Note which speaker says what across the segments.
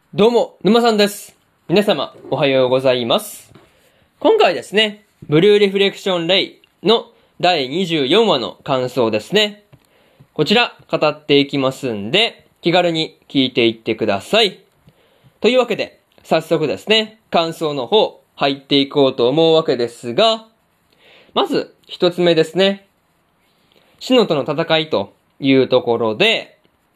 Speaker 1: どうも、沼さんです。皆様、おはようございます。今回ですね、ブルーリフレクションレイの第24話の感想ですね。こちら、語っていきますんで、気軽に聞いていってください。というわけで、早速ですね、感想の方、入っていこうと思うわけですが、まず、一つ目ですね。シノとの戦いというところで、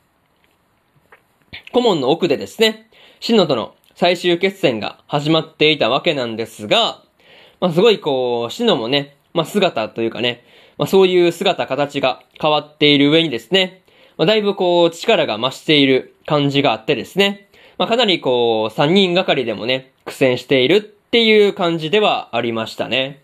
Speaker 1: 顧問の奥でですね、シノとの最終決戦が始まっていたわけなんですが、すごいシノもね、姿というかね、そういう姿形が変わっている上にですね、だいぶ力が増している感じがあってですね、かなり3人がかりでもね、苦戦しているっていう感じではありましたね。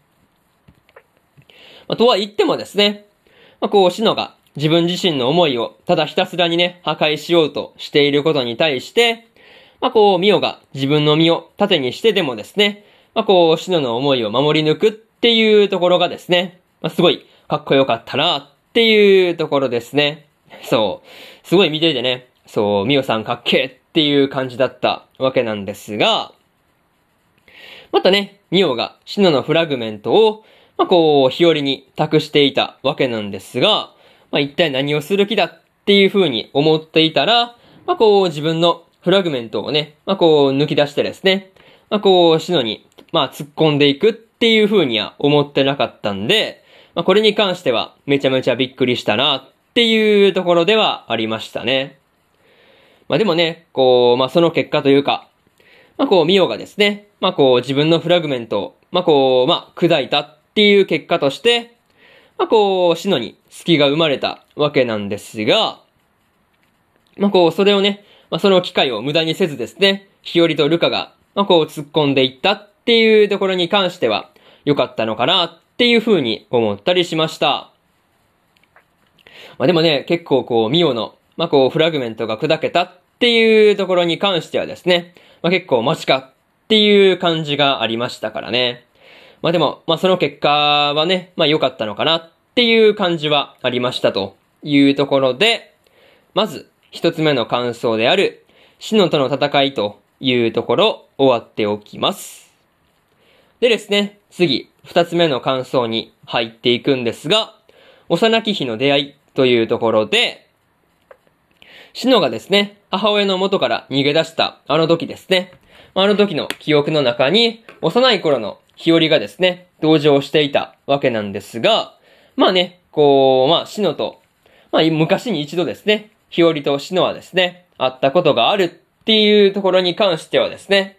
Speaker 1: とは言ってもですね、シノが自分自身の思いをただひたすらにね、破壊しようとしていることに対して、ミオが自分の身を盾にしてでもですね、シノの思いを守り抜くっていうところがですね、すごいかっこよかったなっていうところですね。そう。すごい見ていてね、そう、ミオさんかっけーっていう感じだったわけなんですが、またね、ミオがシノのフラグメントを、日和に託していたわけなんですが、一体何をする気だっていう風に思っていたら、自分のフラグメントをね、抜き出してですね、シノに、突っ込んでいくっていう風には思ってなかったんで、これに関してはめちゃめちゃびっくりしたなっていうところではありましたね。でもね、その結果というか、ミオがですね、自分のフラグメントを、砕いたっていう結果として、シノに隙が生まれたわけなんですが、それをね、その機会を無駄にせずですね、日和とルカが、突っ込んでいったっていうところに関しては、良かったのかなっていう風に思ったりしました。でもね、結構ミオの、フラグメントが砕けたっていうところに関してはですね、結構マジかっていう感じがありましたからね。でも、その結果はね、良かったのかなっていう感じはありましたというところで、まず、一つ目の感想である、シノとの戦いというところ、終わっておきます。でですね、次、二つ目の感想に入っていくんですが、幼き日の出会いというところで、シノがですね、母親の元から逃げ出したあの時ですね。あの時の記憶の中に、幼い頃の日和がですね、登場していたわけなんですが、シノと、昔に一度ですね、日和とシノはですね、会ったことがあるっていうところに関してはですね、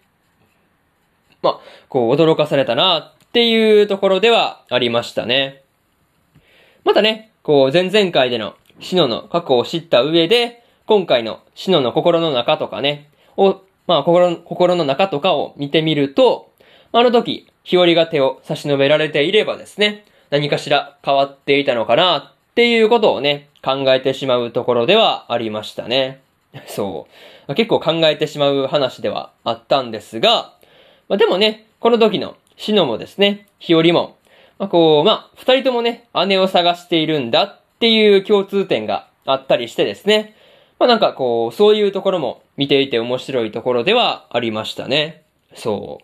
Speaker 1: 驚かされたなっていうところではありましたね。またね、前々回でのシノの過去を知った上で、今回のシノの心の中とかね、心の中とかを見てみると、あの時、日和が手を差し伸べられていればですね、何かしら変わっていたのかなっていうことをね、考えてしまうところではありましたね。そう。結構考えてしまう話ではあったんですが、でもね、この時のシノもですね、日和も、二人ともね、姉を探しているんだっていう共通点があったりしてですね、そういうところも見ていて面白いところではありましたね。そう。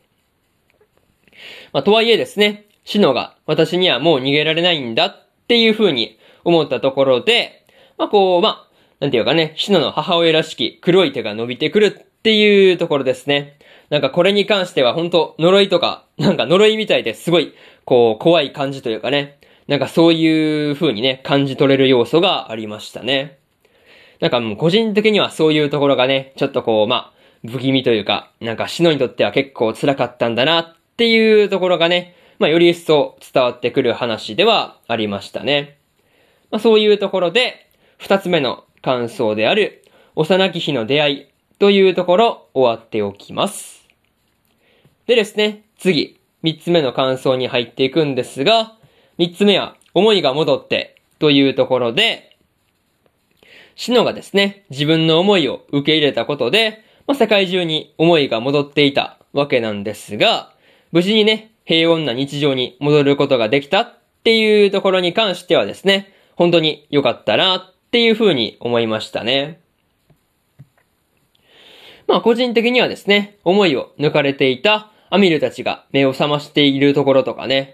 Speaker 1: とはいえですね、シノが私にはもう逃げられないんだっていう風に思ったところで、なんていうかね、シノの母親らしき黒い手が伸びてくるっていうところですね。これに関しては本当呪いとか、呪いみたいですごい、怖い感じというかね、そういう風にね、感じ取れる要素がありましたね。もう個人的にはそういうところがね、ちょっと不気味というか、シノにとっては結構辛かったんだなっていうところがね、より一層伝わってくる話ではありましたね。そういうところで、二つ目の感想である、幼き日の出会いというところ終わっておきます。でですね、次、三つ目の感想に入っていくんですが、三つ目は思いが戻ってというところで、シノがですね、自分の思いを受け入れたことで、世界中に思いが戻っていたわけなんですが、無事にね、平穏な日常に戻ることができたっていうところに関してはですね、本当に良かったなっていう風に思いましたね。 個人的にはですね、思いを抜かれていたアミルたちが目を覚ましているところとかね、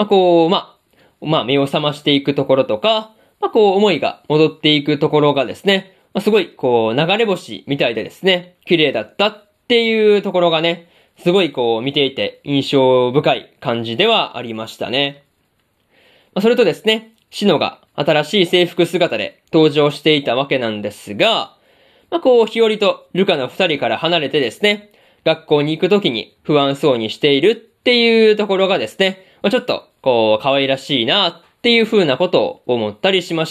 Speaker 1: 目を覚ましていくところとか、思いが戻っていくところがですね、すごい、流れ星みたいでですね、綺麗だったっていうところがね、すごい見ていて印象深い感じではありましたね。それとですね、シノが新しい制服姿で登場していたわけなんですが、日和とルカの二人から離れてですね、学校に行くときに不安そうにしているっていうところがですね、ちょっと可愛らしいなっていう風なことを思ったりしました。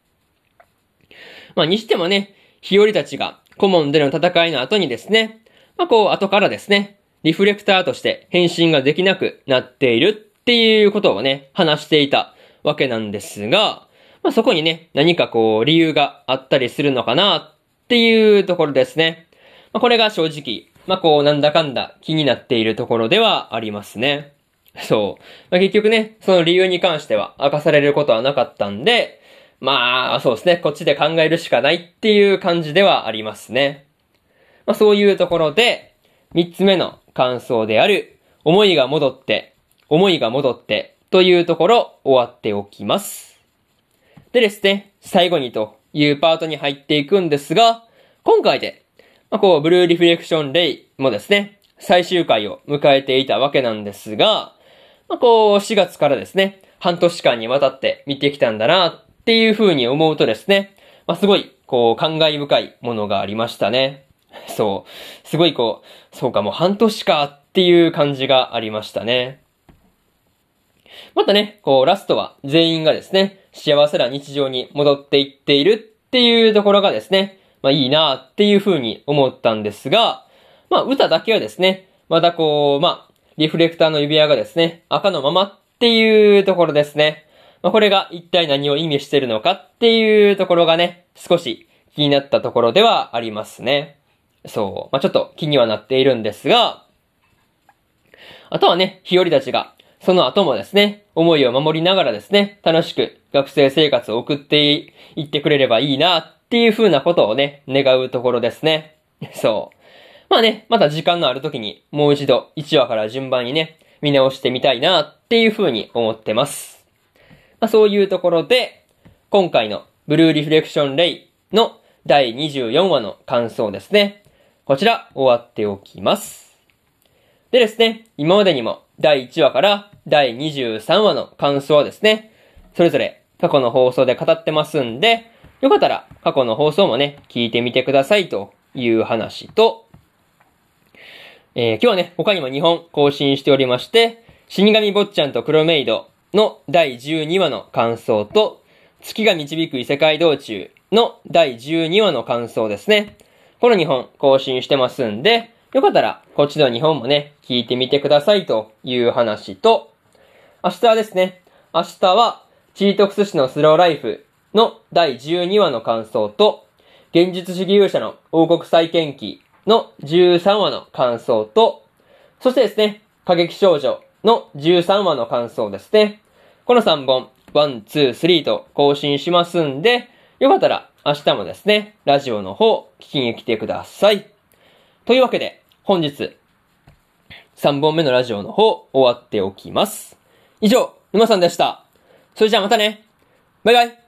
Speaker 1: にしてもね、日和たちが顧問での戦いの後にですね、後からですね、リフレクターとして変身ができなくなっているっていうことをね、話していたわけなんですが、そこにね、何か理由があったりするのかなっていうところですね。これが正直、なんだかんだ気になっているところではありますね。そう。結局ね、その理由に関しては明かされることはなかったんで、そうですね、こっちで考えるしかないっていう感じではありますね。そういうところで、三つ目の感想である、思いが戻ってというところ終わっておきます。でですね、最後にというパートに入っていくんですが、今回で、ブルーリフレクションレイもですね、最終回を迎えていたわけなんですが、4月からですね、半年間にわたって見てきたんだなっていう風に思うとですね、すごい、感慨深いものがありましたね。そう。すごいそうかもう半年かっていう感じがありましたね。またね、ラストは全員がですね、幸せな日常に戻っていっているっていうところがですね、いいなっていう風に思ったんですが、歌だけはですね、まだリフレクターの指輪がですね、赤のままっていうところですね。これが一体何を意味しているのかっていうところがね、少し気になったところではありますね。そう。ちょっと気にはなっているんですが、あとはね、日和たちが、その後もですね、思いを守りながらですね、楽しく学生生活を送っていってくれればいいなっていう風なことをね、願うところですね。そう。また時間のある時にもう一度1話から順番にね、見直してみたいなっていう風に思ってます。そういうところで、今回のブルーリフレクションレイの第24話の感想ですね。こちら終わっておきます。でですね、今までにも第1話から第23話の感想はですね、それぞれ過去の放送で語ってますんで、よかったら過去の放送もね、聞いてみてくださいという話と、今日はね、他にも2本更新しておりまして、死神坊ちゃんと黒メイドの第12話の感想と、月が導く異世界道中の第12話の感想ですね。この2本更新してますんで、よかったらこっちの2本もね、聞いてみてくださいという話と、明日はですね、明日はチートクス氏のスローライフの第12話の感想と、現実主義勇者の王国再建記の13話の感想と、そしてですね、過激少女の13話の感想ですね。この3本、1、2、3と更新しますんで、よかったら明日もですね、ラジオの方聞きに来てください。というわけで、本日、3本目のラジオの方終わっておきます。以上、沼さんでした。それじゃあまたね。バイバイ。